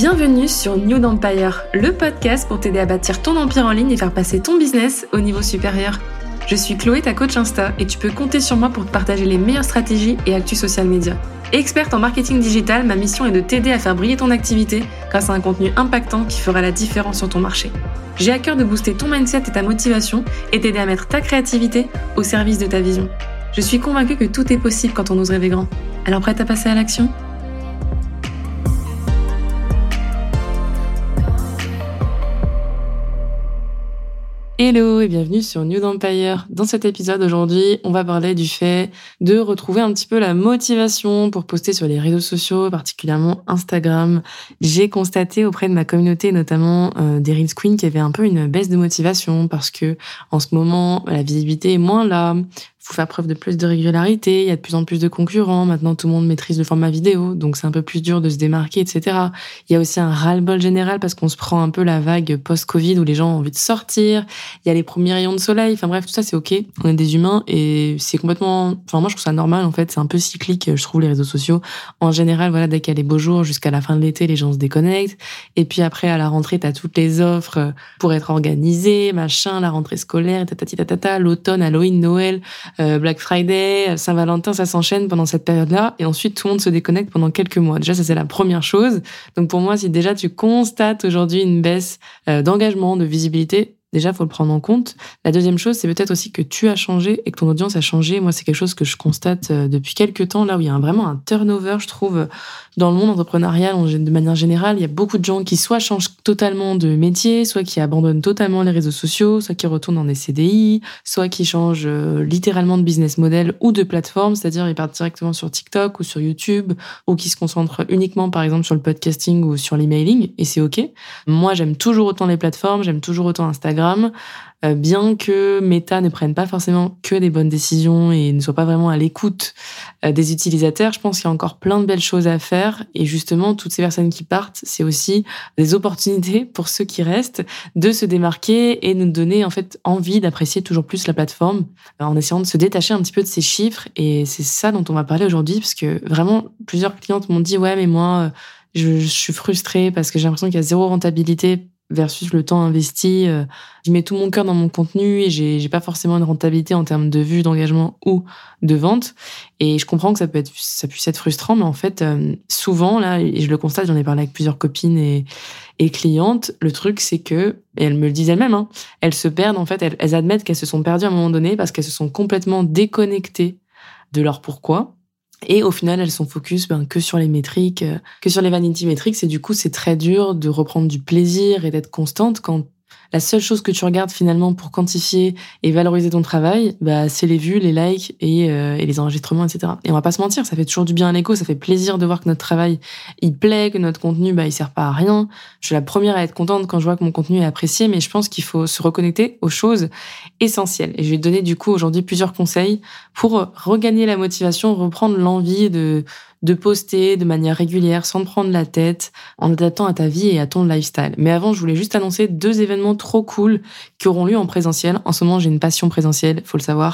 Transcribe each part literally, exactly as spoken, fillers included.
Bienvenue sur New Empire, le podcast pour t'aider à bâtir ton empire en ligne et faire passer ton business au niveau supérieur. Je suis Chloé, ta coach Insta, et tu peux compter sur moi pour te partager les meilleures stratégies et actus social media. Experte en marketing digital, ma mission est de t'aider à faire briller ton activité grâce à un contenu impactant qui fera la différence sur ton marché. J'ai à cœur de booster ton mindset et ta motivation et t'aider à mettre ta créativité au service de ta vision. Je suis convaincue que tout est possible quand on ose rêver grand. Alors prête à passer à l'action ? Hello et bienvenue sur New Empire. Dans cet épisode aujourd'hui, on va parler du fait de retrouver un petit peu la motivation pour poster sur les réseaux sociaux, particulièrement Instagram. J'ai constaté auprès de ma communauté, notamment euh, des Reels Queens, qu'il y avait un peu une baisse de motivation parce que en ce moment, la visibilité est moins là. Faut faire preuve de plus de régularité, il y a de plus en plus de concurrents, maintenant tout le monde maîtrise le format vidéo, donc c'est un peu plus dur de se démarquer, et cetera. Il y a aussi un ras-le-bol général parce qu'on se prend un peu la vague post-Covid où les gens ont envie de sortir, il y a les premiers rayons de soleil, enfin bref, tout ça c'est ok, on est des humains et c'est complètement... Enfin moi je trouve ça normal en fait, c'est un peu cyclique, je trouve, les réseaux sociaux. En général, voilà, dès qu'il y a les beaux jours jusqu'à la fin de l'été, les gens se déconnectent, et puis après à la rentrée, t'as toutes les offres pour être organisé, machin, la rentrée scolaire, tatati tatata, l'automne, Halloween, Noël... Black Friday, Saint-Valentin, ça s'enchaîne pendant cette période-là, et ensuite tout le monde se déconnecte pendant quelques mois. Déjà, ça c'est la première chose. Donc pour moi, si déjà tu constates aujourd'hui une baisse euh, d'engagement, de visibilité, déjà, faut le prendre en compte. La deuxième chose, c'est peut-être aussi que tu as changé et que ton audience a changé. Moi, c'est quelque chose que je constate depuis quelques temps, là où il y a vraiment un turnover, je trouve, dans le monde entrepreneurial, de manière générale. Il y a beaucoup de gens qui soit changent totalement de métier, soit qui abandonnent totalement les réseaux sociaux, soit qui retournent dans des C D I, soit qui changent euh, littéralement de business model ou de plateforme, c'est-à-dire ils partent directement sur TikTok ou sur YouTube, ou qui se concentrent uniquement, par exemple, sur le podcasting ou sur l'emailing, et c'est ok. Moi, j'aime toujours autant les plateformes, j'aime toujours autant Instagram, Euh, bien que Meta ne prenne pas forcément que des bonnes décisions et ne soit pas vraiment à l'écoute euh, des utilisateurs, je pense qu'il y a encore plein de belles choses à faire, et justement toutes ces personnes qui partent, c'est aussi des opportunités pour ceux qui restent de se démarquer et nous donner en fait envie d'apprécier toujours plus la plateforme euh, en essayant de se détacher un petit peu de ces chiffres, et c'est ça dont on va parler aujourd'hui, parce que vraiment plusieurs clientes m'ont dit ouais mais moi euh, je, je suis frustrée parce que j'ai l'impression qu'il y a zéro rentabilité versus le temps investi. Euh, je mets tout mon cœur dans mon contenu et j'ai, j'ai pas forcément une rentabilité en termes de vues, d'engagement ou de vente. Et je comprends que ça peut être, ça puisse être frustrant, mais en fait, euh, souvent, là, et je le constate, j'en ai parlé avec plusieurs copines et, et clientes, le truc, c'est que, et elles me le disent elles-mêmes, hein, elles se perdent, en fait, elles, elles admettent qu'elles se sont perdues à un moment donné parce qu'elles se sont complètement déconnectées de leur pourquoi. Et au final, elles sont focus ben, que sur les métriques, euh, que sur les vanity metrics. Et du coup, c'est très dur de reprendre du plaisir et d'être constante quand la seule chose que tu regardes finalement pour quantifier et valoriser ton travail, bah, c'est les vues, les likes et, euh, et les enregistrements, et cetera. Et on va pas se mentir, ça fait toujours du bien à l'écho, ça fait plaisir de voir que notre travail, il plaît, que notre contenu, bah, il sert pas à rien. Je suis la première à être contente quand je vois que mon contenu est apprécié, mais je pense qu'il faut se reconnecter aux choses essentielles. Et je vais te donner du coup aujourd'hui plusieurs conseils pour regagner la motivation, reprendre l'envie de de poster de manière régulière, sans te prendre la tête, en adaptant à ta vie et à ton lifestyle. Mais avant, je voulais juste annoncer deux événements trop cool qui auront lieu en présentiel. En ce moment, j'ai une passion présentielle, faut le savoir.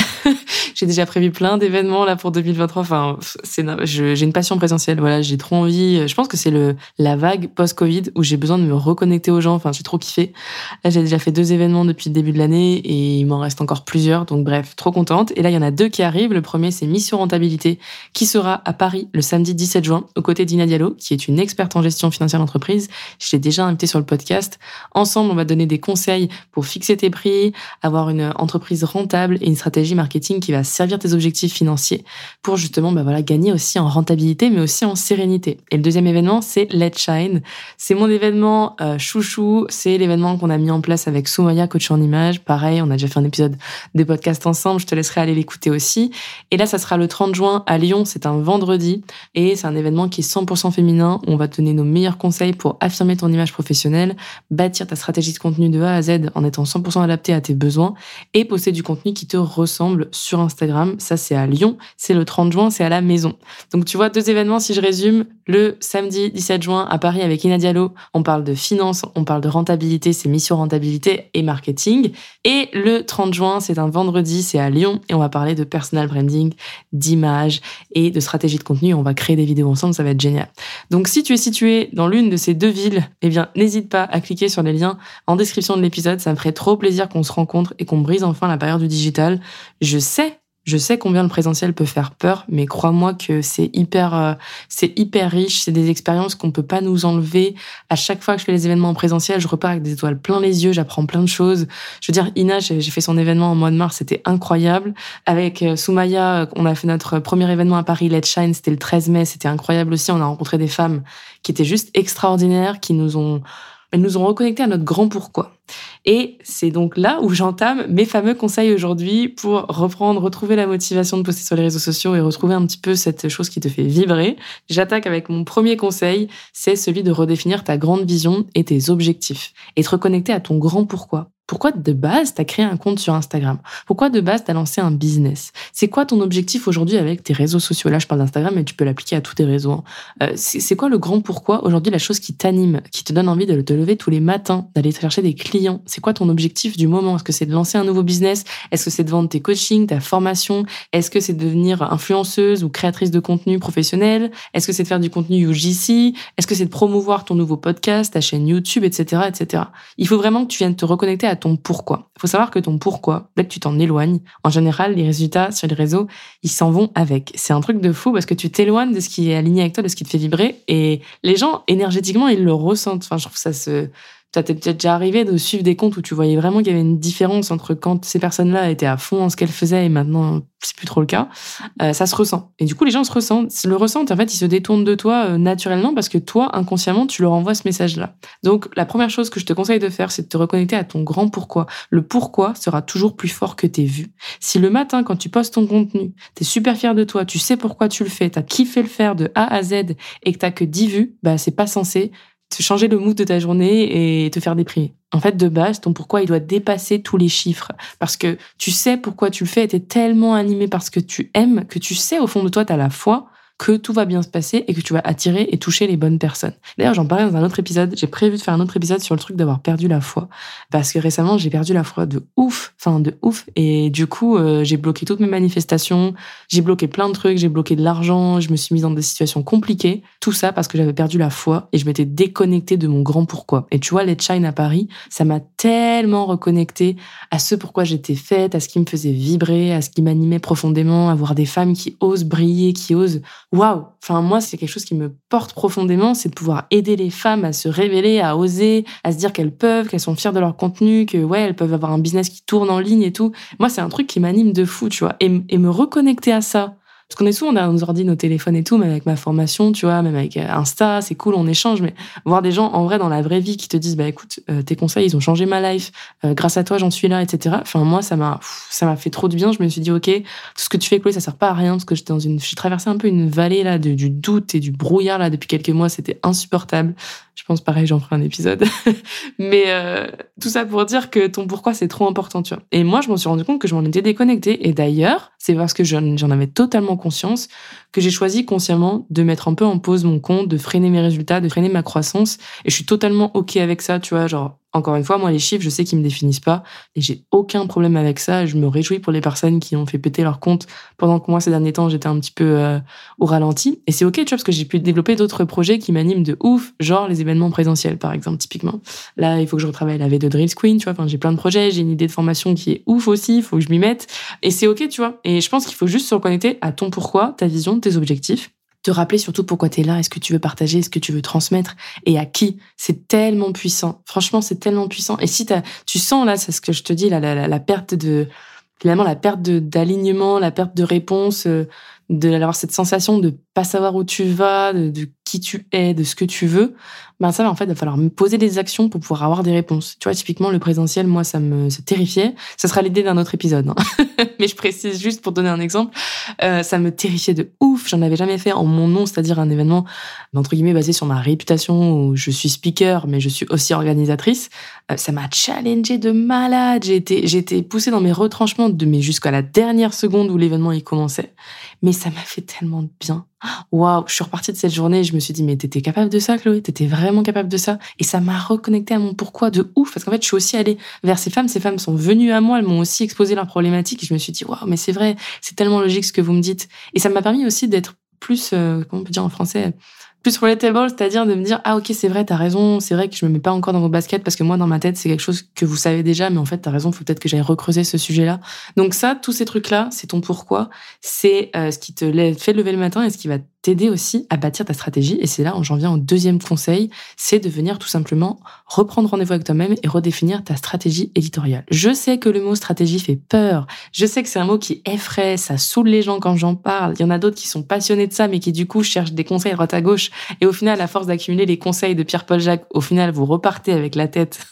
J'ai déjà prévu plein d'événements là pour deux mille vingt-trois. Enfin, c'est, je, j'ai une passion présentielle. Voilà, j'ai trop envie. Je pense que c'est le la vague post-Covid où j'ai besoin de me reconnecter aux gens. Enfin, j'ai trop kiffé. Là, j'ai déjà fait deux événements depuis le début de l'année et il m'en reste encore plusieurs. Donc bref, trop contente. Et là, il y en a deux qui arrivent. Le premier, c'est Mission Rentabilité, qui sera à Paris le samedi dix-sept juin, aux côtés d'Ina Diallo, qui est une experte en gestion financière d'entreprise. Je l'ai déjà invitée sur le podcast. Ensemble, on va donner des conseils pour fixer tes prix, avoir une entreprise rentable et une stratégie marketing qui va servir tes objectifs financiers pour justement bah voilà, gagner aussi en rentabilité, mais aussi en sérénité. Et le deuxième événement, c'est Let's Shine. C'est mon événement euh, chouchou. C'est l'événement qu'on a mis en place avec Soumaya, coach en images. Pareil, on a déjà fait un épisode de podcast ensemble. Je te laisserai aller l'écouter aussi. Et là, ça sera le trente juin à Lyon. C'est un vendredi. Et c'est un événement qui est cent pour cent féminin, où on va te donner nos meilleurs conseils pour affirmer ton image professionnelle, bâtir ta stratégie de contenu de A à Z en étant cent pour cent adapté à tes besoins et poster du contenu qui te ressemble sur Instagram. Ça, c'est à Lyon. C'est le trente juin, c'est à la maison. Donc, tu vois, deux événements, si je résume. Le samedi dix-sept juin à Paris avec Ina Diallo, on parle de finance, on parle de rentabilité, c'est mission rentabilité et marketing. Et le trente juin, c'est un vendredi, c'est à Lyon et on va parler de personal branding, d'image et de stratégie de contenu, on va créer des vidéos ensemble, ça va être génial. Donc si tu es situé dans l'une de ces deux villes, eh bien n'hésite pas à cliquer sur les liens en description de l'épisode, ça me ferait trop plaisir qu'on se rencontre et qu'on brise enfin la barrière du digital. Je sais Je sais combien le présentiel peut faire peur, mais crois-moi que c'est hyper, euh, c'est hyper riche. C'est des expériences qu'on peut pas nous enlever. À chaque fois que je fais les événements en présentiel, je repars avec des étoiles plein les yeux, j'apprends plein de choses. Je veux dire, Ina, j'ai fait son événement en mois de mars, c'était incroyable. Avec euh, Soumaya, on a fait notre premier événement à Paris, Let's Shine, c'était le treize mai, c'était incroyable aussi. On a rencontré des femmes qui étaient juste extraordinaires, qui nous ont, elles nous ont reconnectés à notre grand pourquoi. Et c'est donc là où j'entame mes fameux conseils aujourd'hui pour reprendre, retrouver la motivation de poster sur les réseaux sociaux et retrouver un petit peu cette chose qui te fait vibrer. J'attaque avec mon premier conseil, c'est celui de redéfinir ta grande vision et tes objectifs et te reconnecter à ton grand pourquoi. Pourquoi de base t'as créé un compte sur Instagram? Pourquoi de base t'as lancé un business? C'est quoi ton objectif aujourd'hui avec tes réseaux sociaux? Là, je parle d'Instagram, mais tu peux l'appliquer à tous tes réseaux. Hein. Euh, c'est, c'est quoi le grand pourquoi aujourd'hui, la chose qui t'anime, qui te donne envie de te lever tous les matins, d'aller chercher des clients? C'est quoi ton objectif du moment? Est-ce que c'est de lancer un nouveau business? Est-ce que c'est de vendre tes coachings, ta formation? Est-ce que c'est de devenir influenceuse ou créatrice de contenu professionnel? Est-ce que c'est de faire du contenu U G C? Est-ce que c'est de promouvoir ton nouveau podcast, ta chaîne YouTube, et cetera, et cetera. Il faut vraiment que tu viennes te reconnecter à ton pourquoi. Il faut savoir que ton pourquoi, dès que tu t'en éloignes, en général, les résultats sur les réseaux, ils s'en vont avec. C'est un truc de fou parce que tu t'éloignes de ce qui est aligné avec toi, de ce qui te fait vibrer et les gens, énergétiquement, ils le ressentent. Enfin, je trouve que ça se... Ça t'est peut-être déjà arrivé de suivre des comptes où tu voyais vraiment qu'il y avait une différence entre quand ces personnes-là étaient à fond dans ce qu'elles faisaient et maintenant c'est plus trop le cas. Euh, ça se ressent. Et du coup, les gens se ressentent, le ressentent. En fait, ils se détournent de toi euh, naturellement parce que toi, inconsciemment, tu leur envoies ce message-là. Donc, la première chose que je te conseille de faire, c'est de te reconnecter à ton grand pourquoi. Le pourquoi sera toujours plus fort que tes vues. Si le matin, quand tu postes ton contenu, t'es super fier de toi, tu sais pourquoi tu le fais, t'as kiffé le faire de A à Z et que t'as que dix vues, bah, c'est pas censé te changer le mood de ta journée et te faire déprimer. En fait, de base, ton pourquoi, il doit dépasser tous les chiffres. Parce que tu sais pourquoi tu le fais et t'es tellement animé par ce que tu aimes que tu sais, au fond de toi, t'as la foi que tout va bien se passer et que tu vas attirer et toucher les bonnes personnes. D'ailleurs, j'en parlais dans un autre épisode. J'ai prévu de faire un autre épisode sur le truc d'avoir perdu la foi. Parce que récemment, j'ai perdu la foi de ouf. Enfin, de ouf. Et du coup, euh, j'ai bloqué toutes mes manifestations. J'ai bloqué plein de trucs. J'ai bloqué de l'argent. Je me suis mise dans des situations compliquées. Tout ça parce que j'avais perdu la foi et je m'étais déconnectée de mon grand pourquoi. Et tu vois, Let's Shine à Paris, ça m'a tellement reconnectée à ce pourquoi j'étais faite, à ce qui me faisait vibrer, à ce qui m'animait profondément, à voir des femmes qui osent briller, qui osent waouh! Enfin, moi, c'est quelque chose qui me porte profondément, c'est de pouvoir aider les femmes à se révéler, à oser, à se dire qu'elles peuvent, qu'elles sont fières de leur contenu, que ouais, elles peuvent avoir un business qui tourne en ligne et tout. Moi, c'est un truc qui m'anime de fou, tu vois. Et, et me reconnecter à ça. Parce qu'on est souvent derrière nos ordi, nos téléphones et tout, même avec ma formation, tu vois, même avec Insta, c'est cool, on échange, mais voir des gens en vrai dans la vraie vie qui te disent, bah écoute, euh, tes conseils, ils ont changé ma life, euh, grâce à toi, j'en suis là, et cetera. Enfin, moi, ça m'a, ça m'a fait trop de bien. Je me suis dit, ok, tout ce que tu fais, Chloé, ça sert pas à rien, parce que j'étais dans une, j'ai traversé un peu une vallée, là, de, du doute et du brouillard, là, depuis quelques mois, c'était insupportable. Je pense, pareil, j'en ferai un épisode. Mais euh, tout ça pour dire que ton pourquoi, c'est trop important, tu vois. Et moi, je m'en suis rendu compte que je m'en étais déconnectée. Et d'ailleurs, c'est parce que j'en, j'en avais totalement conscience que j'ai choisi consciemment de mettre un peu en pause mon compte, de freiner mes résultats, de freiner ma croissance. Et je suis totalement OK avec ça, tu vois, genre... Encore une fois, moi, les chiffres, je sais qu'ils me définissent pas et j'ai aucun problème avec ça. Je me réjouis pour les personnes qui ont fait péter leur compte pendant que moi, ces derniers temps, j'étais un petit peu euh, au ralenti. Et c'est OK, tu vois, parce que j'ai pu développer d'autres projets qui m'animent de ouf, genre les événements présentiels, par exemple, typiquement. Là, il faut que je retravaille la V de Dreams Queen, tu vois. Enfin, j'ai plein de projets, j'ai une idée de formation qui est ouf aussi, il faut que je m'y mette. Et c'est OK, tu vois. Et je pense qu'il faut juste se reconnecter à ton pourquoi, ta vision, tes objectifs. Te rappeler surtout pourquoi t'es là, est-ce que tu veux partager, est-ce que tu veux transmettre et à qui. C'est tellement puissant. Franchement, c'est tellement puissant. Et si t'as, tu sens là, c'est ce que je te dis, là, la, la, la perte de, finalement, la perte de, d'alignement, la perte de réponse, de d'avoir cette sensation de pas savoir où tu vas, de, de qui tu es, de ce que tu veux, ben ça, en fait, il va falloir me poser des actions pour pouvoir avoir des réponses. Tu vois, typiquement, le présentiel, moi, ça me ça terrifiait. Ça sera l'idée d'un autre épisode. Hein. Mais je précise juste pour donner un exemple. Euh, ça me terrifiait de ouf. J'en avais jamais fait en mon nom, c'est-à-dire un événement, entre guillemets, basé sur ma réputation où je suis speaker, mais je suis aussi organisatrice. Euh, ça m'a challengée de malade. J'ai été, j'ai été poussée dans mes retranchements de, mais jusqu'à la dernière seconde où l'événement, il commençait. Mais ça m'a fait tellement de bien. Waouh, je suis repartie de cette journée et je me suis dit, mais t'étais capable de ça, Chloé? T'étais vraiment capable de ça? Et ça m'a reconnecté à mon pourquoi de ouf, parce qu'en fait, je suis aussi allée vers ces femmes. Ces femmes sont venues à moi, elles m'ont aussi exposé leurs problématiques et je me suis dit, waouh, mais c'est vrai, c'est tellement logique ce que vous me dites. Et ça m'a permis aussi d'être plus, euh, comment on peut dire en français, plus relatable, c'est-à-dire de me dire, ah ok, c'est vrai, t'as raison, c'est vrai que je me mets pas encore dans vos baskets parce que moi, dans ma tête, c'est quelque chose que vous savez déjà, mais en fait, t'as raison, faut peut-être que j'aille recreuser ce sujet-là. Donc ça, tous ces trucs-là, c'est ton pourquoi, c'est euh, ce qui te lève- fait lever le matin et ce qui va t'aider aussi à bâtir ta stratégie. Et c'est là où j'en viens au deuxième conseil, c'est de venir tout simplement reprendre rendez-vous avec toi-même et redéfinir ta stratégie éditoriale. Je sais que le mot stratégie fait peur, je sais que c'est un mot qui effraie, ça saoule les gens quand j'en parle, il y en a d'autres qui sont passionnés de ça, mais qui du coup cherchent des conseils à droite à gauche. Et au final, à force d'accumuler les conseils de Pierre-Paul Jacques, au final, vous repartez avec la tête,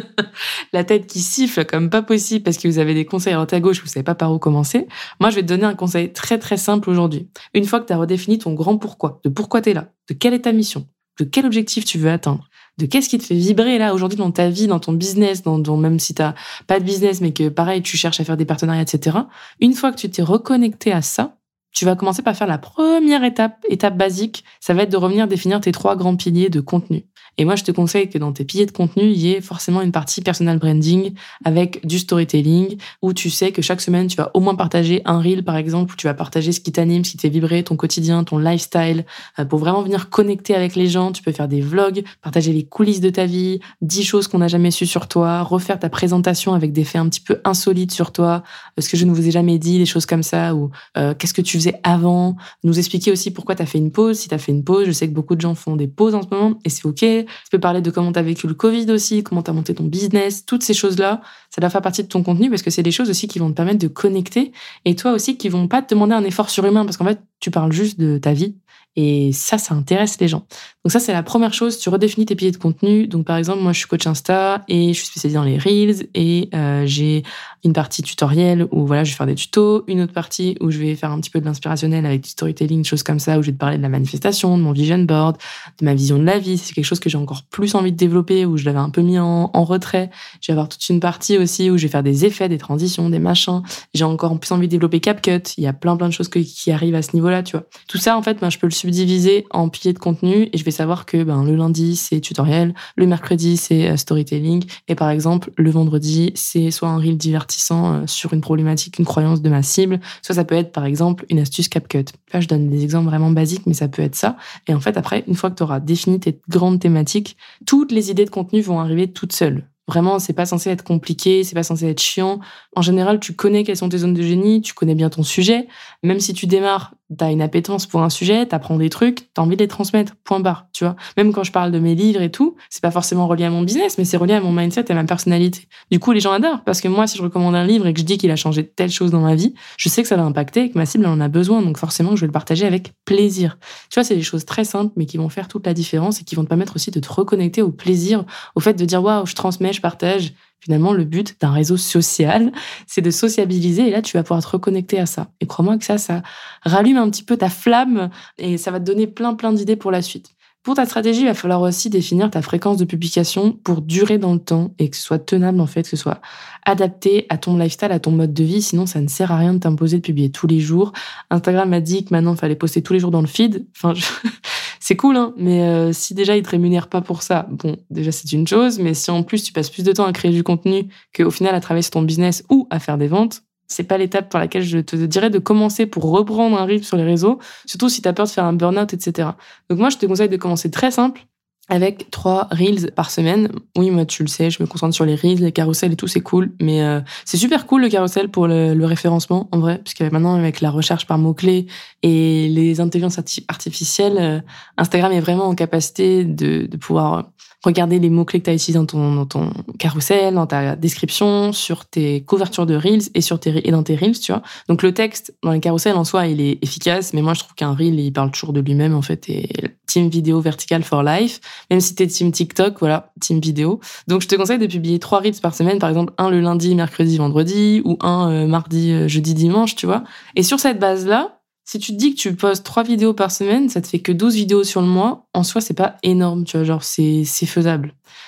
la tête qui siffle comme pas possible parce que vous avez des conseils à droite à gauche, vous savez pas par où commencer. Moi, je vais te donner un conseil très très simple aujourd'hui. Une fois que tu as redéfini ton grand pourquoi, de pourquoi tu es là, de quelle est ta mission, de quel objectif tu veux atteindre, de qu'est-ce qui te fait vibrer là aujourd'hui dans ta vie, dans ton business, dans, dans même si t'as pas de business, mais que pareil, tu cherches à faire des partenariats, et cetera. Une fois que tu t'es reconnecté à ça, tu vas commencer par faire la première étape, étape basique, ça va être de revenir définir tes trois grands piliers de contenu. Et moi, je te conseille que dans tes piliers de contenu, il y ait forcément une partie personal branding avec du storytelling où tu sais que chaque semaine, tu vas au moins partager un reel, par exemple, où tu vas partager ce qui t'anime, ce qui te fait vibrer, ton quotidien, ton lifestyle, pour vraiment venir connecter avec les gens. Tu peux faire des vlogs, partager les coulisses de ta vie, dix choses qu'on n'a jamais su sur toi, refaire ta présentation avec des faits un petit peu insolites sur toi, ce que je ne vous ai jamais dit, des choses comme ça, ou euh, qu'est-ce que tu faisais avant, nous expliquer aussi pourquoi tu as fait une pause, si tu as fait une pause. Je sais que beaucoup de gens font des pauses en ce moment et c'est OK. Tu peux parler de comment tu as vécu le Covid aussi, comment tu as monté ton business, toutes ces choses-là, ça doit faire partie de ton contenu parce que c'est des choses aussi qui vont te permettre de connecter et toi aussi qui vont pas te demander un effort surhumain parce qu'en fait, tu parles juste de ta vie. Et ça, ça intéresse les gens. Donc ça, c'est la première chose. Tu redéfinis tes piliers de contenu. Donc par exemple, moi, je suis coach Insta et je suis spécialisée dans les Reels et euh, j'ai une partie tutoriel où voilà, je vais faire des tutos, une autre partie où je vais faire un petit peu de l'inspirationnel avec du storytelling, des choses comme ça, où je vais te parler de la manifestation, de mon vision board, de ma vision de la vie. C'est quelque chose que j'ai encore plus envie de développer, où je l'avais un peu mis en, en retrait. Je vais avoir toute une partie aussi où je vais faire des effets, des transitions, des machins. J'ai encore plus envie de développer CapCut. Il y a plein plein de choses que, qui arrivent à ce niveau-là, tu vois. Tout ça, en fait, ben, je peux le subdiviser en piliers de contenu et je vais savoir que ben, le lundi, c'est tutoriel, le mercredi, c'est euh, storytelling et par exemple, le vendredi, c'est soit un reel divertissant euh, sur une problématique, une croyance de ma cible, soit ça peut être par exemple une astuce CapCut. Là, je donne des exemples vraiment basiques, mais ça peut être ça. Et en fait, après, une fois que tu auras défini tes grandes thématiques, toutes les idées de contenu vont arriver toutes seules. Vraiment, c'est pas censé être compliqué, c'est pas censé être chiant. En général, tu connais quelles sont tes zones de génie, tu connais bien ton sujet. Même si tu démarres, t'as une appétence pour un sujet, t'apprends des trucs, t'as envie de les transmettre, point barre, tu vois. Même quand je parle de mes livres et tout, c'est pas forcément relié à mon business, mais c'est relié à mon mindset et à ma personnalité. Du coup, les gens adorent, parce que moi, si je recommande un livre et que je dis qu'il a changé telle chose dans ma vie, je sais que ça va impacter et que ma cible, elle en a besoin, donc forcément, je vais le partager avec plaisir. Tu vois, c'est des choses très simples, mais qui vont faire toute la différence et qui vont te permettre aussi de te reconnecter au plaisir, au fait de dire, waouh, je transmets, je partage. Finalement, le but d'un réseau social, c'est de sociabiliser et là, tu vas pouvoir te reconnecter à ça. Et crois-moi que ça, ça rallume un petit peu ta flamme et ça va te donner plein, plein d'idées pour la suite. Pour ta stratégie, il va falloir aussi définir ta fréquence de publication pour durer dans le temps et que ce soit tenable, en fait, que ce soit adapté à ton lifestyle, à ton mode de vie. Sinon, ça ne sert à rien de t'imposer de publier tous les jours. Instagram m'a dit que maintenant, il fallait poster tous les jours dans le feed. Enfin, je... c'est cool, hein, mais euh, si déjà, ils te rémunèrent pas pour ça, bon, déjà, c'est une chose, mais si en plus, tu passes plus de temps à créer du contenu qu'au final, à travailler sur ton business ou à faire des ventes, c'est pas l'étape par laquelle je te dirais de commencer pour reprendre un rythme sur les réseaux, surtout si t'as peur de faire un burn-out, et cetera. Donc moi, je te conseille de commencer très simple, avec trois reels par semaine. Oui, moi, tu le sais, je me concentre sur les reels, les carousels et tout, c'est cool. Mais euh, c'est super cool, le carrousel, pour le, le référencement, en vrai. Puisque maintenant, avec la recherche par mots-clés et les intelligences artificielles, euh, Instagram est vraiment en capacité de, de pouvoir regarder les mots-clés que tu as utilisés dans ton, dans ton carrousel, dans ta description, sur tes couvertures de reels et, sur tes, et dans tes reels, tu vois. Donc, le texte dans les carousels, en soi, il est efficace. Mais moi, je trouve qu'un reel, il parle toujours de lui-même, en fait. Et team vidéo vertical for life. Même si t'es team TikTok, voilà, team vidéo. Donc, je te conseille de publier trois reels par semaine. Par exemple, un le lundi, mercredi, vendredi, ou un euh, mardi, euh, jeudi, dimanche, tu vois. Et sur cette base-là, si tu te dis que tu postes trois vidéos par semaine, ça te fait que douze vidéos sur le mois. En soi, c'est pas énorme, tu vois, genre, c'est, c'est faisable. Donc,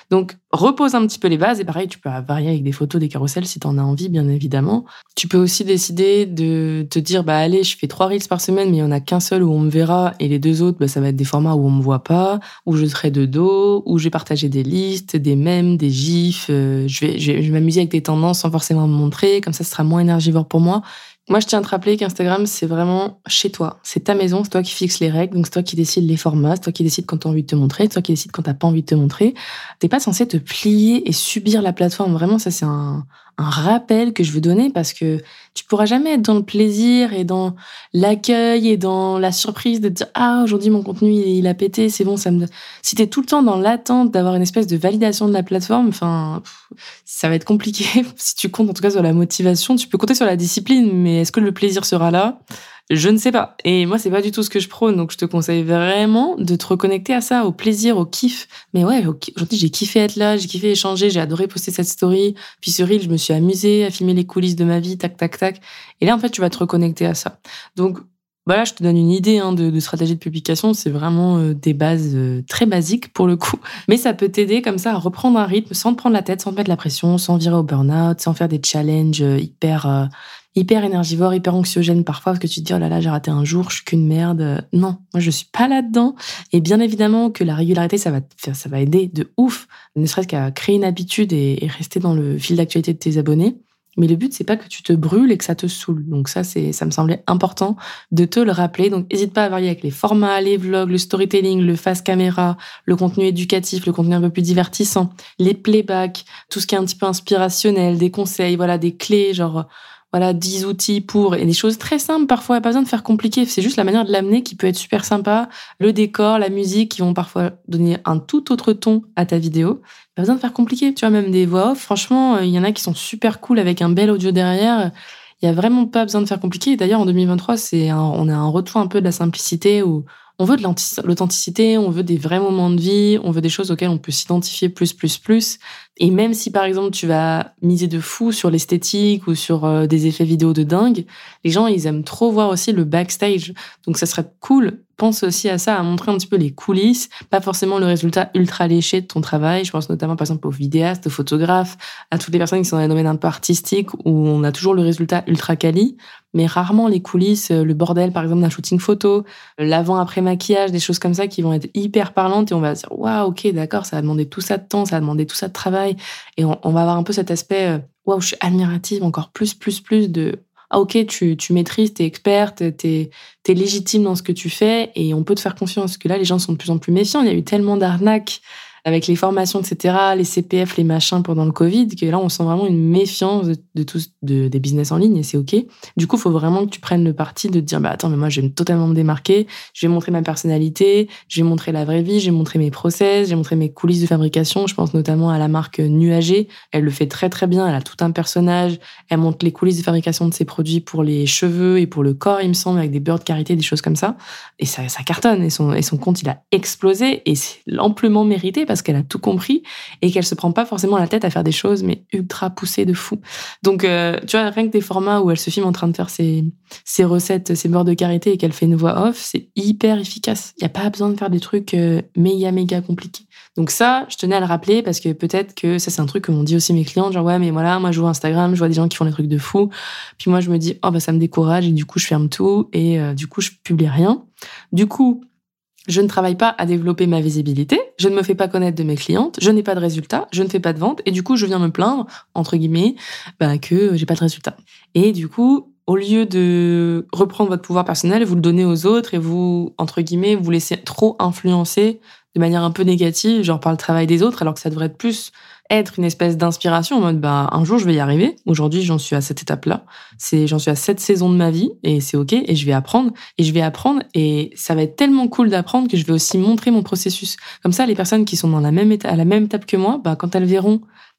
repose un petit peu les bases et pareil, tu peux varier avec des photos, des carousels si t'en as envie, bien évidemment. Tu peux aussi décider de te dire, bah allez, je fais trois reels par semaine, mais il y en a qu'un seul où on me verra et les deux autres, bah, ça va être des formats où on me voit pas, où je serai de dos, où je vais partager des listes, des mèmes, des gifs, euh, je vais, je vais, je vais m'amuser avec des tendances sans forcément me montrer, comme ça, ce sera moins énergivore pour moi. Moi, je tiens à te rappeler qu'Instagram, c'est vraiment chez toi. C'est ta maison, c'est toi qui fixes les règles, donc c'est toi qui décides les formats, c'est toi qui décides quand t'as envie de te montrer, c'est toi qui décides quand t'as pas envie de te montrer. T'es pas censé te plier et subir la plateforme. Vraiment, ça, c'est un, un rappel que je veux donner parce que tu pourras jamais être dans le plaisir et dans l'accueil et dans la surprise de te dire, ah, aujourd'hui, mon contenu, il, il a pété, c'est bon, ça me... Si t'es tout le temps dans l'attente d'avoir une espèce de validation de la plateforme, enfin, ça va être compliqué. Si tu comptes, en tout cas, sur la motivation, tu peux compter sur la discipline, mais est-ce que le plaisir sera là? Je ne sais pas. Et moi, c'est pas du tout ce que je prône. Donc, je te conseille vraiment de te reconnecter à ça, au plaisir, au kiff. Mais ouais, aujourd'hui, j'ai kiffé être là, j'ai kiffé échanger, j'ai adoré poster cette story. Puis ce reel, je me suis amusée à filmer les coulisses de ma vie, tac, tac, tac. Et là, en fait, tu vas te reconnecter à ça. Donc, voilà, je te donne une idée hein, de, de stratégie de publication. C'est vraiment euh, des bases euh, très basiques pour le coup. Mais ça peut t'aider comme ça à reprendre un rythme sans te prendre la tête, sans te mettre la pression, sans virer au burn-out, sans faire des challenges euh, hyper... Euh, hyper énergivore, hyper anxiogène parfois, parce que tu te dis, oh là là, j'ai raté un jour, je suis qu'une merde. Non, moi, je suis pas là-dedans. Et bien évidemment que la régularité, ça va te faire, ça va aider de ouf, ne serait-ce qu'à créer une habitude et, et rester dans le fil d'actualité de tes abonnés. Mais le but, c'est pas que tu te brûles et que ça te saoule. Donc ça, c'est, ça me semblait important de te le rappeler. Donc, n'hésite pas à varier avec les formats, les vlogs, le storytelling, le face caméra, le contenu éducatif, le contenu un peu plus divertissant, les playbacks, tout ce qui est un petit peu inspirationnel, des conseils, voilà, des clés, genre, voilà, dix outils pour, et des choses très simples parfois, il n'y a pas besoin de faire compliqué, c'est juste la manière de l'amener qui peut être super sympa, le décor, la musique qui vont parfois donner un tout autre ton à ta vidéo. Pas besoin de faire compliqué, tu vois, même des voix off, franchement, il y en a qui sont super cool avec un bel audio derrière, il y a vraiment pas besoin de faire compliqué. Et d'ailleurs, en deux mille vingt-trois, c'est un, on a un retour un peu de la simplicité où on veut de l'authenticité, on veut des vrais moments de vie, on veut des choses auxquelles on peut s'identifier plus, plus, plus. Et même si, par exemple, tu vas miser de fou sur l'esthétique ou sur euh, des effets vidéo de dingue, les gens, ils aiment trop voir aussi le backstage. Donc, ça serait cool. Pense aussi à ça, à montrer un petit peu les coulisses, pas forcément le résultat ultra léché de ton travail. Je pense notamment, par exemple, aux vidéastes, aux photographes, à toutes les personnes qui sont dans les domaines un peu artistiques où on a toujours le résultat ultra quali, mais rarement les coulisses, le bordel, par exemple, d'un shooting photo, l'avant-après maquillage, des choses comme ça qui vont être hyper parlantes et on va se dire, waouh, ok, d'accord, ça a demandé tout ça de temps, ça a demandé tout ça de travail. Et on, on va avoir un peu cet aspect, waouh, je suis admirative, encore plus, plus, plus de, ah ok, tu, tu maîtrises, t'es experte, t'es, t'es légitime dans ce que tu fais et on peut te faire confiance. Parce que là, les gens sont de plus en plus méfiants. Il y a eu tellement d'arnaques avec les formations, et cetera, les C P F, les machins pendant le Covid, que là, on sent vraiment une méfiance de, de tous, de, des business en ligne et c'est ok. Du coup, il faut vraiment que tu prennes le parti de te dire, bah attends, mais moi, je vais totalement me démarquer, je vais montrer ma personnalité, je vais montrer la vraie vie, je vais montrer mes process, je vais montrer mes coulisses de fabrication. Je pense notamment à la marque Nuager. Elle le fait très, très bien. Elle a tout un personnage. Elle montre les coulisses de fabrication de ses produits pour les cheveux et pour le corps, il me semble, avec des beurres de karité, des choses comme ça. Et ça, ça cartonne. Et son, et son compte, il a explosé et c'est amplement mérité parce qu'elle a tout compris et qu'elle se prend pas forcément la tête à faire des choses mais ultra poussées de fou. Donc euh, tu vois, rien que des formats où elle se filme en train de faire ses, ses recettes, ses beurres de karité et qu'elle fait une voix off, c'est hyper efficace. Il y a pas besoin de faire des trucs euh, méga méga compliqués. Donc ça, je tenais à le rappeler parce que peut-être que ça c'est un truc que m'ont dit aussi mes clients, genre ouais mais voilà, moi je vois Instagram, je vois des gens qui font des trucs de fou, puis moi je me dis oh bah ça me décourage et du coup je ferme tout et euh, du coup je publie rien. Du coup je ne travaille pas à développer ma visibilité, je ne me fais pas connaître de mes clientes, je n'ai pas de résultats, je ne fais pas de vente, et du coup, je viens me plaindre, entre guillemets, bah, que j'ai pas de résultats. Et du coup, au lieu de reprendre votre pouvoir personnel, vous le donnez aux autres et vous, entre guillemets, vous laissez trop influencer de manière un peu négative, genre par le travail des autres, alors que ça devrait être plus être une espèce d'inspiration en mode bah un jour je vais y arriver. Aujourd'hui j'en suis à cette étape-là. C'est j'en suis à cette saison de ma vie et c'est ok et je vais apprendre et je vais apprendre et ça va être tellement cool d'apprendre que je vais aussi montrer mon processus. Comme ça les personnes qui sont dans la même étape, à la même étape que moi, bah quand elles verront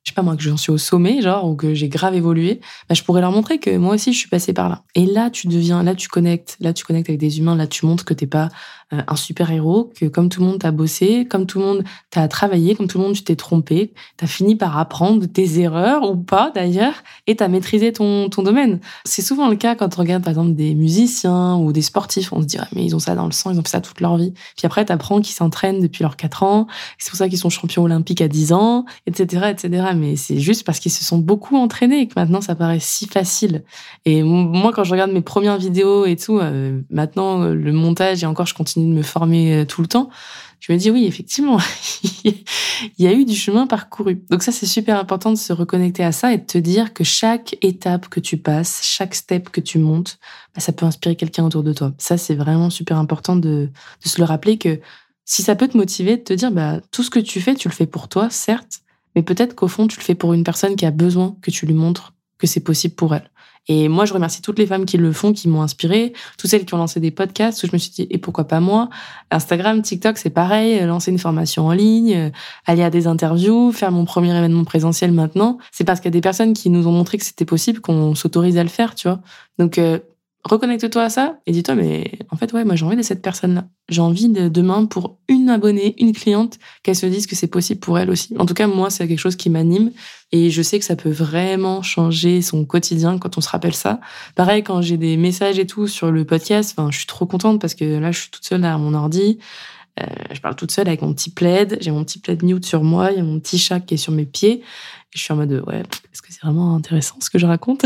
je sais pas moi, que j'en suis au sommet, genre, ou que j'ai grave évolué, bah, je pourrais leur montrer que moi aussi, je suis passée par là. Et là, tu deviens, là, tu connectes, là, tu connectes avec des humains, là, tu montres que t'es pas euh, un super-héros, que comme tout le monde, t'as bossé, comme tout le monde, t'as travaillé, comme tout le monde, tu t'es trompé, t'as fini par apprendre de tes erreurs, ou pas, d'ailleurs, et t'as maîtrisé ton, ton domaine. C'est souvent le cas quand on regarde, par exemple, des musiciens ou des sportifs. On se dit, ah, mais ils ont ça dans le sang, ils ont fait ça toute leur vie. Puis après, t'apprends qu'ils s'entraînent depuis leurs quatre ans, c'est pour ça qu'ils sont champions olympiques à dix ans, et cetera, et cetera. Mais c'est juste parce qu'ils se sont beaucoup entraînés et que maintenant ça paraît si facile. Et moi, quand je regarde mes premières vidéos et tout, euh, maintenant le montage et encore je continue de me former tout le temps, je me dis oui, effectivement, il y a eu du chemin parcouru. Donc ça, c'est super important de se reconnecter à ça et de te dire que chaque étape que tu passes, chaque step que tu montes, bah, ça peut inspirer quelqu'un autour de toi. Ça, c'est vraiment super important de, de se le rappeler que si ça peut te motiver, de te dire bah tout ce que tu fais, tu le fais pour toi, certes, mais peut-être qu'au fond, tu le fais pour une personne qui a besoin que tu lui montres que c'est possible pour elle. Et moi, je remercie toutes les femmes qui le font, qui m'ont inspirée, toutes celles qui ont lancé des podcasts où je me suis dit, et pourquoi pas moi? Instagram, TikTok, c'est pareil, lancer une formation en ligne, aller à des interviews, faire mon premier événement présentiel maintenant. C'est parce qu'il y a des personnes qui nous ont montré que c'était possible qu'on s'autorise à le faire, tu vois. Donc, euh, reconnecte-toi à ça et dis-toi, mais en fait, ouais, moi, j'ai envie de cette personne-là. J'ai envie de demain, pour une abonnée, une cliente, qu'elle se dise que c'est possible pour elle aussi. En tout cas, moi, c'est quelque chose qui m'anime et je sais que ça peut vraiment changer son quotidien quand on se rappelle ça. Pareil, quand j'ai des messages et tout sur le podcast, enfin, je suis trop contente parce que là, je suis toute seule à mon ordi. Euh, je parle toute seule avec mon petit plaid. J'ai mon petit plaid mute sur moi. Il y a mon petit chat qui est sur mes pieds. Et je suis en mode, ouais, est-ce que c'est vraiment intéressant ce que je raconte?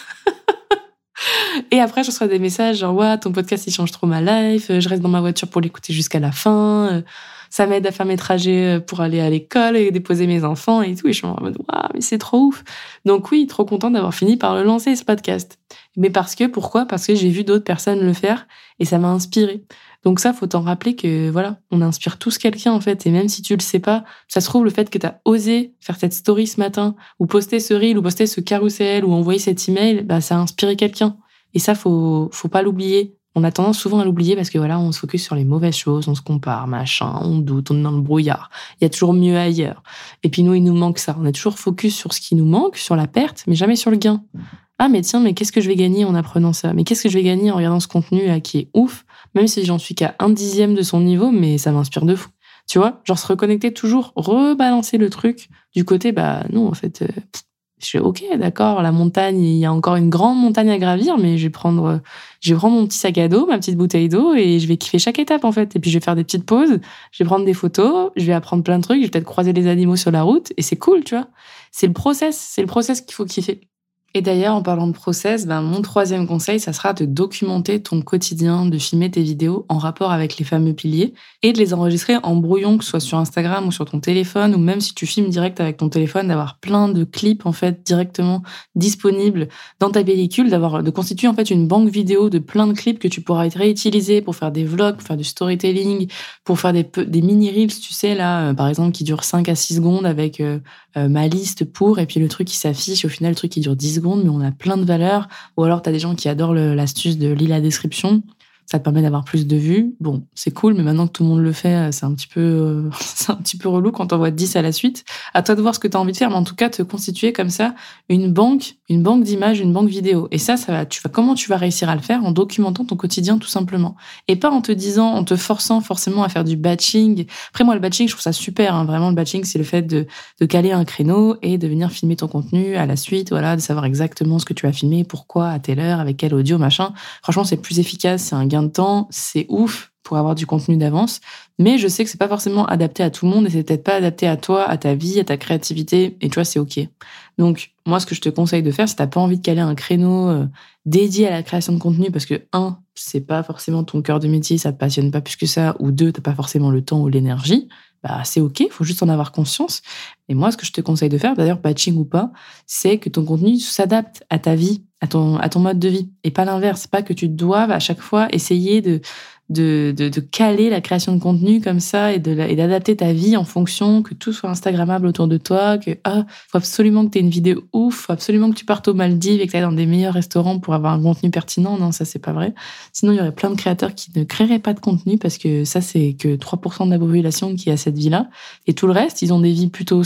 Et après, je reçois des messages genre, ouais, ton podcast, il change trop ma life. Je reste dans ma voiture pour l'écouter jusqu'à la fin. Ça m'aide à faire mes trajets pour aller à l'école et déposer mes enfants et tout. Et je suis en mode, waouh, mais c'est trop ouf. Donc oui, trop contente d'avoir fini par le lancer, ce podcast. Mais parce que, pourquoi? Parce que j'ai vu d'autres personnes le faire et ça m'a inspirée. Donc ça, faut t'en rappeler que, voilà, on inspire tous quelqu'un, en fait. Et même si tu le sais pas, ça se trouve, le fait que t'as osé faire cette story ce matin, ou poster ce reel, ou poster ce carrousel, ou envoyer cet email, bah, ça a inspiré quelqu'un. Et ça, faut, faut pas l'oublier. On a tendance souvent à l'oublier parce que voilà, on se focus sur les mauvaises choses, on se compare, machin, on doute, on est dans le brouillard. Il y a toujours mieux ailleurs. Et puis nous, il nous manque ça. On est toujours focus sur ce qui nous manque, sur la perte, mais jamais sur le gain. Ah, mais tiens, mais qu'est-ce que je vais gagner en apprenant ça? Mais qu'est-ce que je vais gagner en regardant ce contenu là qui est ouf? Même si j'en suis qu'à un dixième de son niveau, mais ça m'inspire de fou. Tu vois? Genre se reconnecter toujours, rebalancer le truc du côté, bah non, en fait, euh, je suis ok, d'accord, la montagne, il y a encore une grande montagne à gravir, mais je vais prendre, je vais prendre mon petit sac à dos, ma petite bouteille d'eau et je vais kiffer chaque étape, en fait. Et puis je vais faire des petites pauses, je vais prendre des photos, je vais apprendre plein de trucs, je vais peut-être croiser des animaux sur la route et c'est cool, tu vois. C'est le process, c'est le process qu'il faut kiffer. Et d'ailleurs, en parlant de process, ben, mon troisième conseil, ça sera de documenter ton quotidien, de filmer tes vidéos en rapport avec les fameux piliers et de les enregistrer en brouillon, que ce soit sur Instagram ou sur ton téléphone, ou même si tu filmes direct avec ton téléphone, d'avoir plein de clips, en fait, directement disponibles dans ta pellicule, d'avoir, de constituer, en fait, une banque vidéo de plein de clips que tu pourras réutiliser pour faire des vlogs, pour faire du storytelling, pour faire des, des mini-reels, tu sais, là, euh, par exemple, qui durent cinq à six secondes avec euh, euh, ma liste pour, et puis le truc qui s'affiche, au final, le truc qui dure dix secondes, mais on a plein de valeurs. Ou alors, tu as des gens qui adorent le, l'astuce de lire la description. Ça te permet d'avoir plus de vues. Bon, c'est cool, mais maintenant que tout le monde le fait, c'est un petit peu, euh, c'est un petit peu relou quand t'en vois dix à la suite. À toi de voir ce que t'as envie de faire, mais en tout cas, te constituer comme ça une banque, une banque d'images, une banque vidéo. Et ça, ça va, tu vas, comment tu vas réussir à le faire? En documentant ton quotidien, tout simplement. Et pas en te disant, en te forçant forcément à faire du batching. Après, moi, le batching, je trouve ça super, hein. Vraiment, le batching, c'est le fait de, de caler un créneau et de venir filmer ton contenu à la suite, voilà, de savoir exactement ce que tu as filmé, pourquoi, à telle heure, avec quel audio, machin. Franchement, c'est plus efficace, c'est un gain de temps, c'est ouf pour avoir du contenu d'avance, mais je sais que c'est pas forcément adapté à tout le monde et c'est peut-être pas adapté à toi, à ta vie, à ta créativité, et tu vois, c'est ok. Donc, moi, ce que je te conseille de faire, si t'as pas envie de caler un créneau euh, dédié à la création de contenu, parce que, un, c'est pas forcément ton cœur de métier, ça te passionne pas plus que ça, ou deux, t'as pas forcément le temps ou l'énergie, bah, c'est ok, faut juste en avoir conscience. Et moi, ce que je te conseille de faire, d'ailleurs, batching ou pas, c'est que ton contenu s'adapte à ta vie, à ton, à ton mode de vie, et pas l'inverse. Pas que tu doives à chaque fois essayer de, de, de, de caler la création de contenu comme ça et, de la, et d'adapter ta vie en fonction, que tout soit instagrammable autour de toi, que, ah, faut absolument que tu aies une vidéo ouf, faut absolument que tu partes aux Maldives et que tu ailles dans des meilleurs restaurants pour avoir un contenu pertinent. Non, ça, c'est pas vrai. Sinon, il y aurait plein de créateurs qui ne créeraient pas de contenu parce que ça, c'est que trois pour cent de la population qui a cette vie-là. Et tout le reste, ils ont des vies plutôt simples,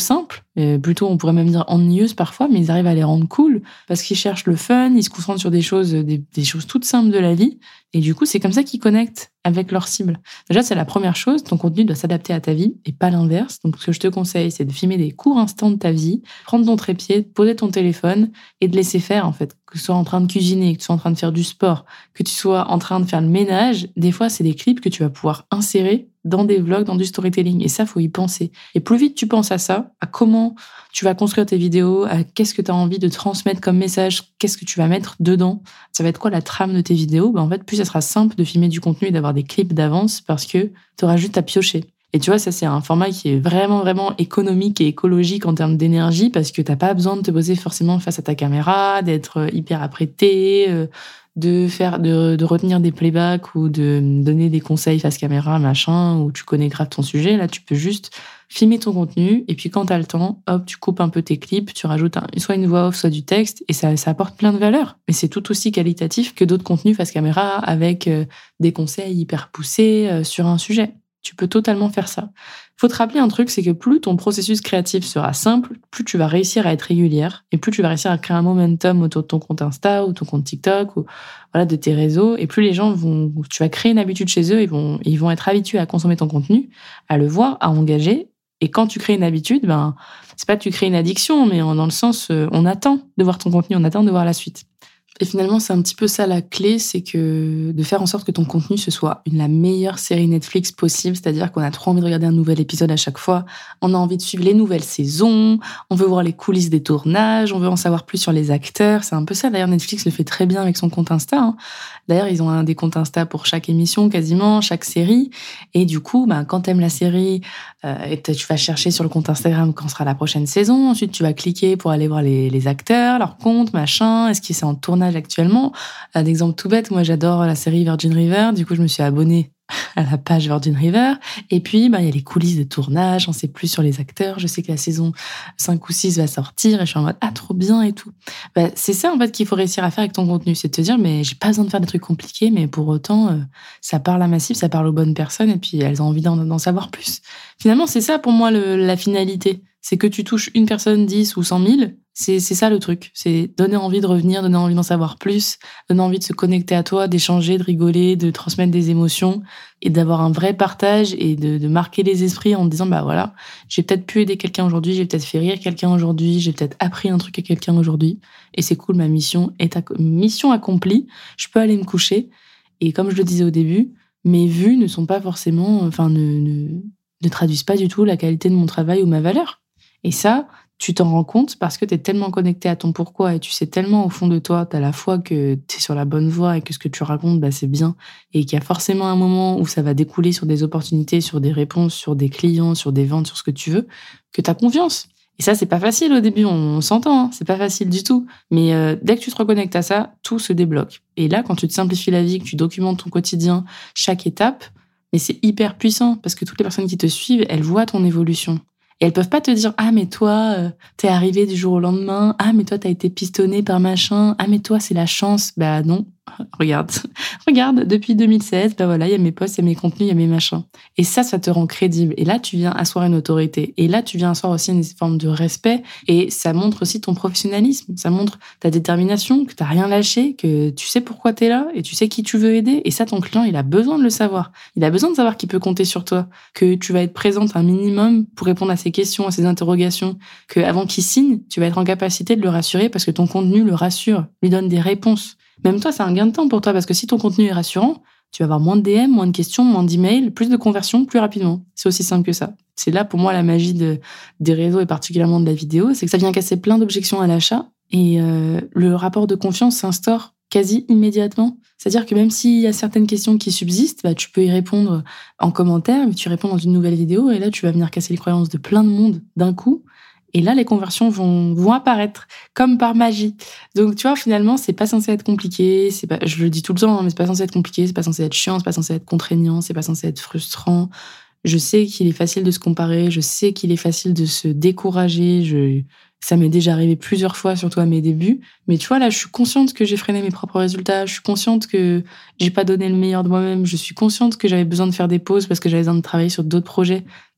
Euh, plutôt, on pourrait même dire ennuyeuses parfois, mais ils arrivent à les rendre cool parce qu'ils cherchent le fun, ils se concentrent sur des choses, des, des choses toutes simples de la vie. Et du coup, c'est comme ça qu'ils connectent avec leur cible. Déjà, c'est la première chose, ton contenu doit s'adapter à ta vie et pas l'inverse. Donc, ce que je te conseille, c'est de filmer des courts instants de ta vie, prendre ton trépied, poser ton téléphone et de laisser faire, en fait. Que tu sois en train de cuisiner, que tu sois en train de faire du sport, que tu sois en train de faire le ménage, des fois, c'est des clips que tu vas pouvoir insérer dans des vlogs, dans du storytelling. Et ça, faut y penser. Et plus vite tu penses à ça, à comment tu vas construire tes vidéos, à qu'est-ce que tu as envie de transmettre comme message, qu'est-ce que tu vas mettre dedans, ça va être quoi la trame de tes vidéos, ben en fait, plus ça sera simple de filmer du contenu et d'avoir des clips d'avance parce que tu auras juste à piocher. Et tu vois, ça, c'est un format qui est vraiment, vraiment économique et écologique en termes d'énergie parce que t'as pas besoin de te poser forcément face à ta caméra, d'être hyper apprêté, euh, de faire, de, de retenir des playbacks ou de donner des conseils face caméra, machin, où tu connais grave ton sujet. Là, tu peux juste filmer ton contenu et puis quand t'as le temps, hop, tu coupes un peu tes clips, tu rajoutes un, soit une voix off, soit du texte et ça, ça apporte plein de valeur. Mais c'est tout aussi qualitatif que d'autres contenus face caméra avec euh, des conseils hyper poussés euh, sur un sujet. Tu peux totalement faire ça. Faut te rappeler un truc, c'est que plus ton processus créatif sera simple, plus tu vas réussir à être régulière et plus tu vas réussir à créer un momentum autour de ton compte Insta ou ton compte TikTok ou voilà de tes réseaux. Et plus les gens vont, tu vas créer une habitude chez eux, ils vont, ils vont être habitués à consommer ton contenu, à le voir, à engager. Et quand tu crées une habitude, ben c'est pas que tu crées une addiction, mais dans le sens, on attend de voir ton contenu, on attend de voir la suite. Et finalement, c'est un petit peu ça la clé, c'est que de faire en sorte que ton contenu ce soit une, la meilleure série Netflix possible, c'est-à-dire qu'on a trop envie de regarder un nouvel épisode à chaque fois, on a envie de suivre les nouvelles saisons, on veut voir les coulisses des tournages, on veut en savoir plus sur les acteurs, c'est un peu ça. D'ailleurs, Netflix le fait très bien avec son compte Insta. Hein. D'ailleurs, ils ont un des comptes Insta pour chaque émission, quasiment, chaque série. Et du coup, bah, quand t'aimes la série, euh, tu vas chercher sur le compte Instagram quand sera la prochaine saison. Ensuite, tu vas cliquer pour aller voir les, les acteurs, leur compte, machin, est-ce qu'ils sont en tournage actuellement. Un exemple tout bête, moi j'adore la série Virgin River, du coup je me suis abonnée à la page Virgin River, et puis bah, il y a les coulisses de tournage, on sait plus sur les acteurs, je sais que la saison cinq ou six va sortir, et je suis en mode ah trop bien et tout. Bah, c'est ça en fait qu'il faut réussir à faire avec ton contenu, c'est de te dire mais j'ai pas besoin de faire des trucs compliqués, mais pour autant euh, ça parle à massif, ça parle aux bonnes personnes, et puis elles ont envie d'en, d'en savoir plus. Finalement c'est ça pour moi le, la finalité, c'est que tu touches une personne, dix ou cent mille, C'est, c'est ça le truc. C'est donner envie de revenir, donner envie d'en savoir plus, donner envie de se connecter à toi, d'échanger, de rigoler, de transmettre des émotions et d'avoir un vrai partage et de, de marquer les esprits en te disant, bah voilà, j'ai peut-être pu aider quelqu'un aujourd'hui, j'ai peut-être fait rire quelqu'un aujourd'hui, j'ai peut-être appris un truc à quelqu'un aujourd'hui. Et c'est cool, ma mission est ac- mission accomplie. Je peux aller me coucher. Et comme je le disais au début, mes vues ne sont pas forcément, enfin, ne, ne, ne traduisent pas du tout la qualité de mon travail ou ma valeur. Et ça, tu t'en rends compte parce que tu es tellement connecté à ton pourquoi et tu sais tellement au fond de toi, tu as la foi que tu es sur la bonne voie et que ce que tu racontes, bah, c'est bien. Et qu'il y a forcément un moment où ça va découler sur des opportunités, sur des réponses, sur des clients, sur des ventes, sur ce que tu veux, que tu as confiance. Et ça, c'est pas facile au début, on, on s'entend, hein, c'est pas facile du tout. Mais euh, dès que tu te reconnectes à ça, tout se débloque. Et là, quand tu te simplifies la vie, que tu documentes ton quotidien, chaque étape, mais c'est hyper puissant parce que toutes les personnes qui te suivent, elles voient ton évolution. Et elles peuvent pas te dire « Ah, mais toi, euh, t'es arrivé du jour au lendemain. Ah, mais toi, t'as été pistonné par machin. Ah, mais toi, c'est la chance. » Bah non, regarde. Regarde, depuis deux mille seize, bah voilà, il y a mes posts, il y a mes contenus, il y a mes machins. Et ça, ça te rend crédible. Et là, tu viens asseoir une autorité. Et là, tu viens asseoir aussi une forme de respect. Et ça montre aussi ton professionnalisme. Ça montre ta détermination, que t'as rien lâché, que tu sais pourquoi t'es là et tu sais qui tu veux aider. Et ça, ton client, il a besoin de le savoir. Il a besoin de savoir qu'il peut compter sur toi, que tu vas être présente un minimum pour répondre à ses questions, à ses interrogations, que avant qu'il signe, tu vas être en capacité de le rassurer parce que ton contenu le rassure, lui donne des réponses. Même toi, c'est un gain de temps pour toi parce que si ton contenu est rassurant, tu vas avoir moins de D M, moins de questions, moins d'emails, plus de conversions plus rapidement. C'est aussi simple que ça. C'est là, pour moi, la magie de, des réseaux et particulièrement de la vidéo, c'est que ça vient casser plein d'objections à l'achat et euh, le rapport de confiance s'instaure quasi immédiatement. C'est-à-dire que même s'il y a certaines questions qui subsistent, bah, tu peux y répondre en commentaire, mais tu réponds dans une nouvelle vidéo et là, tu vas venir casser les croyances de plein de monde d'un coup. Et là, les conversions vont, vont apparaître comme par magie. Donc, tu vois, finalement, c'est pas censé être compliqué. C'est pas, je le dis tout le temps, hein, mais c'est pas censé être compliqué, c'est pas censé être chiant, c'est pas censé être contraignant, c'est pas censé être frustrant. Je sais qu'il est facile de se comparer, je sais qu'il est facile de se décourager. Je, ça m'est déjà arrivé plusieurs fois, surtout à mes débuts. Mais tu vois, là, je suis consciente que j'ai freiné mes propres résultats. Je suis consciente que j'ai pas donné le meilleur de moi-même. Je suis consciente que j'avais besoin de faire des pauses parce que j'avais besoin de travailler sur d'autres projets.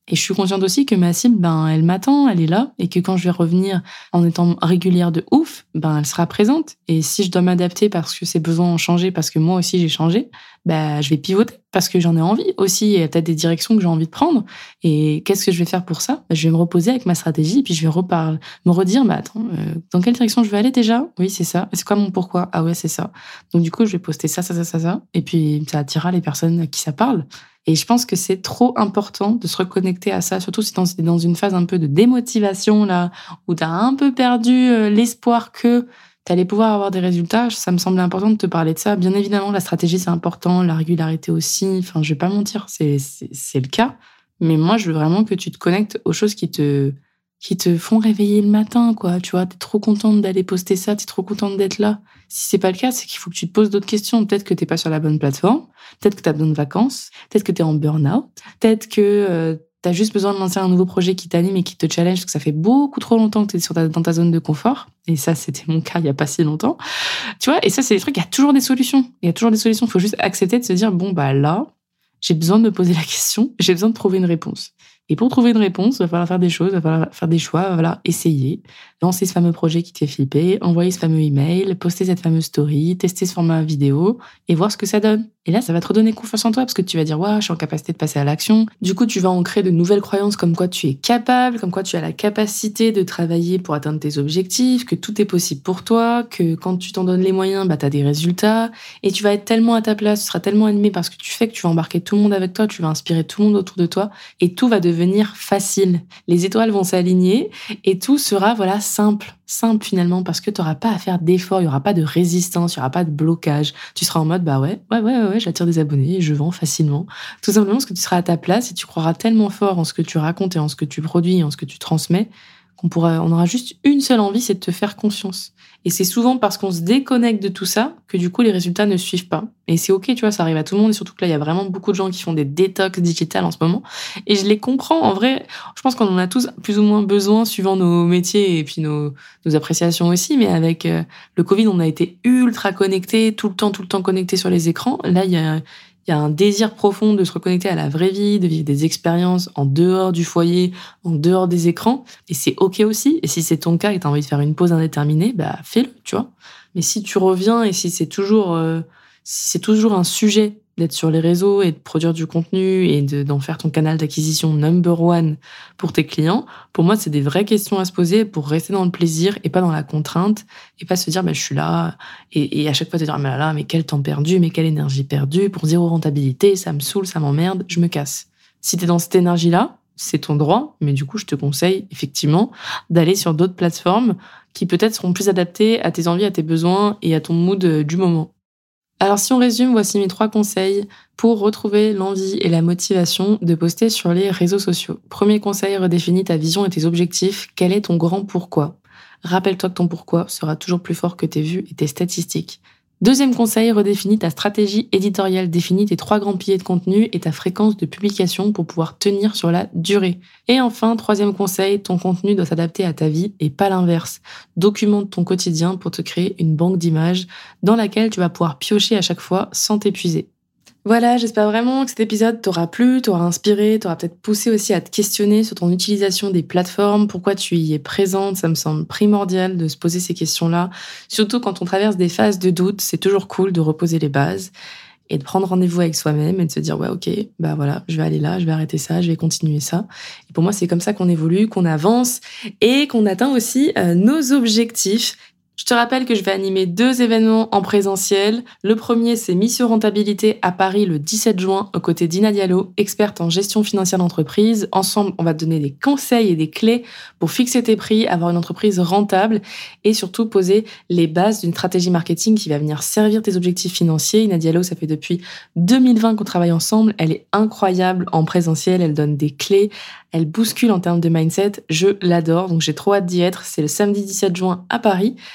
Et je suis consciente aussi que ma cible, ben, elle m'attend, elle est là, et que quand je vais revenir en étant régulière de ouf, ben, elle sera présente. Et si je dois m'adapter parce que ses besoins ont changé, parce que moi aussi j'ai changé, ben, je vais pivoter parce que j'en ai envie aussi. Il y a peut-être des directions que j'ai envie de prendre. Et qu'est-ce que je vais faire pour ça? Ben, je vais me reposer avec ma stratégie, et puis je vais reparler, me redire, bah attends, euh, dans quelle direction je vais aller déjà? Oui, c'est ça. C'est quoi mon pourquoi? Ah ouais, c'est ça. Donc du coup, je vais poster ça, ça, ça, ça, ça. Et puis ça attirera les personnes à qui ça parle. Et je pense que c'est trop important de se reconnecter à ça, surtout si t'es dans une phase un peu de démotivation, là, où t'as un peu perdu euh, l'espoir que t'allais pouvoir avoir des résultats. Ça me semblait important de te parler de ça. Bien évidemment, la stratégie, c'est important, la régularité aussi. Enfin, je vais pas mentir, c'est, c'est, c'est le cas. Mais moi, je veux vraiment que tu te connectes aux choses qui te, qui te font réveiller le matin, quoi. Tu vois, t'es trop contente d'aller poster ça, t'es trop contente d'être là. Si c'est pas le cas, c'est qu'il faut que tu te poses d'autres questions. Peut-être que t'es pas sur la bonne plateforme. Peut-être que t'as besoin de vacances. Peut-être que t'es en burn-out. Peut-être que euh, t'as juste besoin de lancer un nouveau projet qui t'anime et qui te challenge parce que ça fait beaucoup trop longtemps que t'es sur ta, dans ta zone de confort. Et ça, c'était mon cas il y a pas si longtemps. Tu vois, et ça, c'est des trucs, il y a toujours des solutions. Il y a toujours des solutions. Il faut juste accepter de se dire, bon, bah là, j'ai besoin de me poser la question. J'ai besoin de trouver une réponse. Et pour trouver une réponse, il va falloir faire des choses, il va falloir faire des choix, il va falloir essayer, lancer ce fameux projet qui te fait flipper, envoyer ce fameux email, poster cette fameuse story, tester ce format vidéo et voir ce que ça donne. Et là, ça va te redonner confiance en toi parce que tu vas dire « Waouh, je suis en capacité de passer à l'action ». Du coup, tu vas ancrer de nouvelles croyances comme quoi tu es capable, comme quoi tu as la capacité de travailler pour atteindre tes objectifs, que tout est possible pour toi, que quand tu t'en donnes les moyens, bah, tu as des résultats. Et tu vas être tellement à ta place, tu seras tellement animé par ce que tu fais que tu vas embarquer tout le monde avec toi, tu vas inspirer tout le monde autour de toi et tout va devenir facile. Les étoiles vont s'aligner et tout sera voilà simple. Simple finalement parce que tu n'auras pas à faire d'efforts, il n'y aura pas de résistance, il n'y aura pas de blocage. Tu seras en mode bah ouais, ouais, ouais, ouais, j'attire des abonnés et je vends facilement. Tout simplement parce que tu seras à ta place et tu croiras tellement fort en ce que tu racontes et en ce que tu produis, en ce que tu transmets, qu'on pourra, on aura juste une seule envie, c'est de te faire confiance. Et c'est souvent parce qu'on se déconnecte de tout ça que du coup les résultats ne suivent pas. Et c'est ok, tu vois, ça arrive à tout le monde et surtout que là il y a vraiment beaucoup de gens qui font des détox digitales en ce moment. Et je les comprends. En vrai, je pense qu'on en a tous plus ou moins besoin suivant nos métiers et puis nos, nos appréciations aussi. Mais avec euh, le Covid, on a été ultra connectés, tout le temps, tout le temps connectés sur les écrans. Là, il y a Il y a un désir profond de se reconnecter à la vraie vie, de vivre des expériences en dehors du foyer, en dehors des écrans. Et c'est ok aussi. Et si c'est ton cas et t'as envie de faire une pause indéterminée, bah fais-le, tu vois. Mais si tu reviens et si c'est toujours, euh, si c'est toujours un sujet d'être sur les réseaux et de produire du contenu et de, d'en faire ton canal d'acquisition number one pour tes clients, pour moi, c'est des vraies questions à se poser pour rester dans le plaisir et pas dans la contrainte et pas se dire, bah, je suis là et, et à chaque fois te dire, ah, mais là, là, mais quel temps perdu, mais quelle énergie perdue pour zéro rentabilité, ça me saoule, ça m'emmerde, je me casse. Si t'es dans cette énergie-là, c'est ton droit, mais du coup, je te conseille effectivement d'aller sur d'autres plateformes qui peut-être seront plus adaptées à tes envies, à tes besoins et à ton mood du moment. Alors si on résume, voici mes trois conseils pour retrouver l'envie et la motivation de poster sur les réseaux sociaux. Premier conseil, redéfinis ta vision et tes objectifs. Quel est ton grand pourquoi? Rappelle-toi que ton pourquoi sera toujours plus fort que tes vues et tes statistiques. Deuxième conseil, redéfinis ta stratégie éditoriale, définis tes trois grands piliers de contenu et ta fréquence de publication pour pouvoir tenir sur la durée. Et enfin, troisième conseil, ton contenu doit s'adapter à ta vie et pas l'inverse. Documente ton quotidien pour te créer une banque d'images dans laquelle tu vas pouvoir piocher à chaque fois sans t'épuiser. Voilà, j'espère vraiment que cet épisode t'aura plu, t'aura inspiré, t'aura peut-être poussé aussi à te questionner sur ton utilisation des plateformes, pourquoi tu y es présente. Ça me semble primordial de se poser ces questions-là. Surtout quand on traverse des phases de doute, c'est toujours cool de reposer les bases et de prendre rendez-vous avec soi-même et de se dire, ouais, ok, bah voilà, je vais aller là, je vais arrêter ça, je vais continuer ça. Et pour moi, c'est comme ça qu'on évolue, qu'on avance et qu'on atteint aussi euh, nos objectifs. Je te rappelle que je vais animer deux événements en présentiel. Le premier, c'est Mission Rentabilité à Paris le dix-sept juin, aux côtés d'Ina Diallo, experte en gestion financière d'entreprise. Ensemble, on va te donner des conseils et des clés pour fixer tes prix, avoir une entreprise rentable et surtout poser les bases d'une stratégie marketing qui va venir servir tes objectifs financiers. Ina Diallo, ça fait depuis deux mille vingt qu'on travaille ensemble. Elle est incroyable en présentiel. Elle donne des clés. Elle bouscule en termes de mindset. Je l'adore. Donc, j'ai trop hâte d'y être. C'est le samedi dix-sept juin à Paris.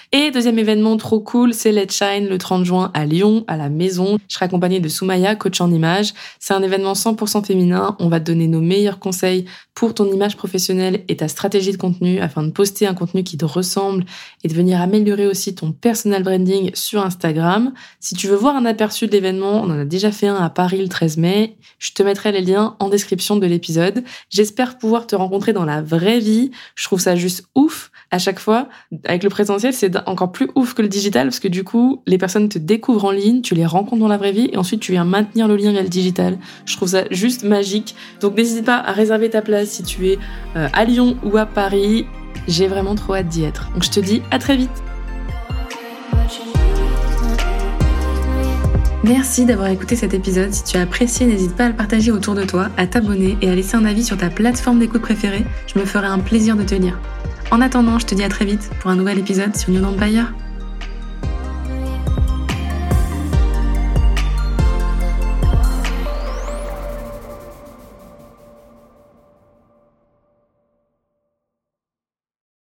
Et deuxième événement trop cool, c'est Let's Shine le trente juin à Lyon, à la Maison. Je serai accompagnée de Soumaya, coach en image. C'est un événement cent pour cent féminin. On va te donner nos meilleurs conseils pour ton image professionnelle et ta stratégie de contenu afin de poster un contenu qui te ressemble et de venir améliorer aussi ton personal branding sur Instagram. Si tu veux voir un aperçu de l'événement, on en a déjà fait un à Paris le treize mai. Je te mettrai les liens en description de l'épisode. J'espère pouvoir te rencontrer dans la vraie vie. Je trouve ça juste ouf à chaque fois. Avec le présentiel, c'est encore plus ouf que le digital parce que du coup, les personnes te découvrent en ligne, tu les rencontres dans la vraie vie et ensuite tu viens maintenir le lien via le digital. Je trouve ça juste magique. Donc n'hésite pas à réserver ta place si tu es euh, à Lyon ou à Paris. J'ai vraiment trop hâte d'y être. Donc je te dis à très vite. Merci d'avoir écouté cet épisode. Si tu as apprécié, n'hésite pas à le partager autour de toi, à t'abonner et à laisser un avis sur ta plateforme d'écoute préférée. Je me ferai un plaisir de te lire. En attendant, je te dis à très vite pour un nouvel épisode sur New Empire.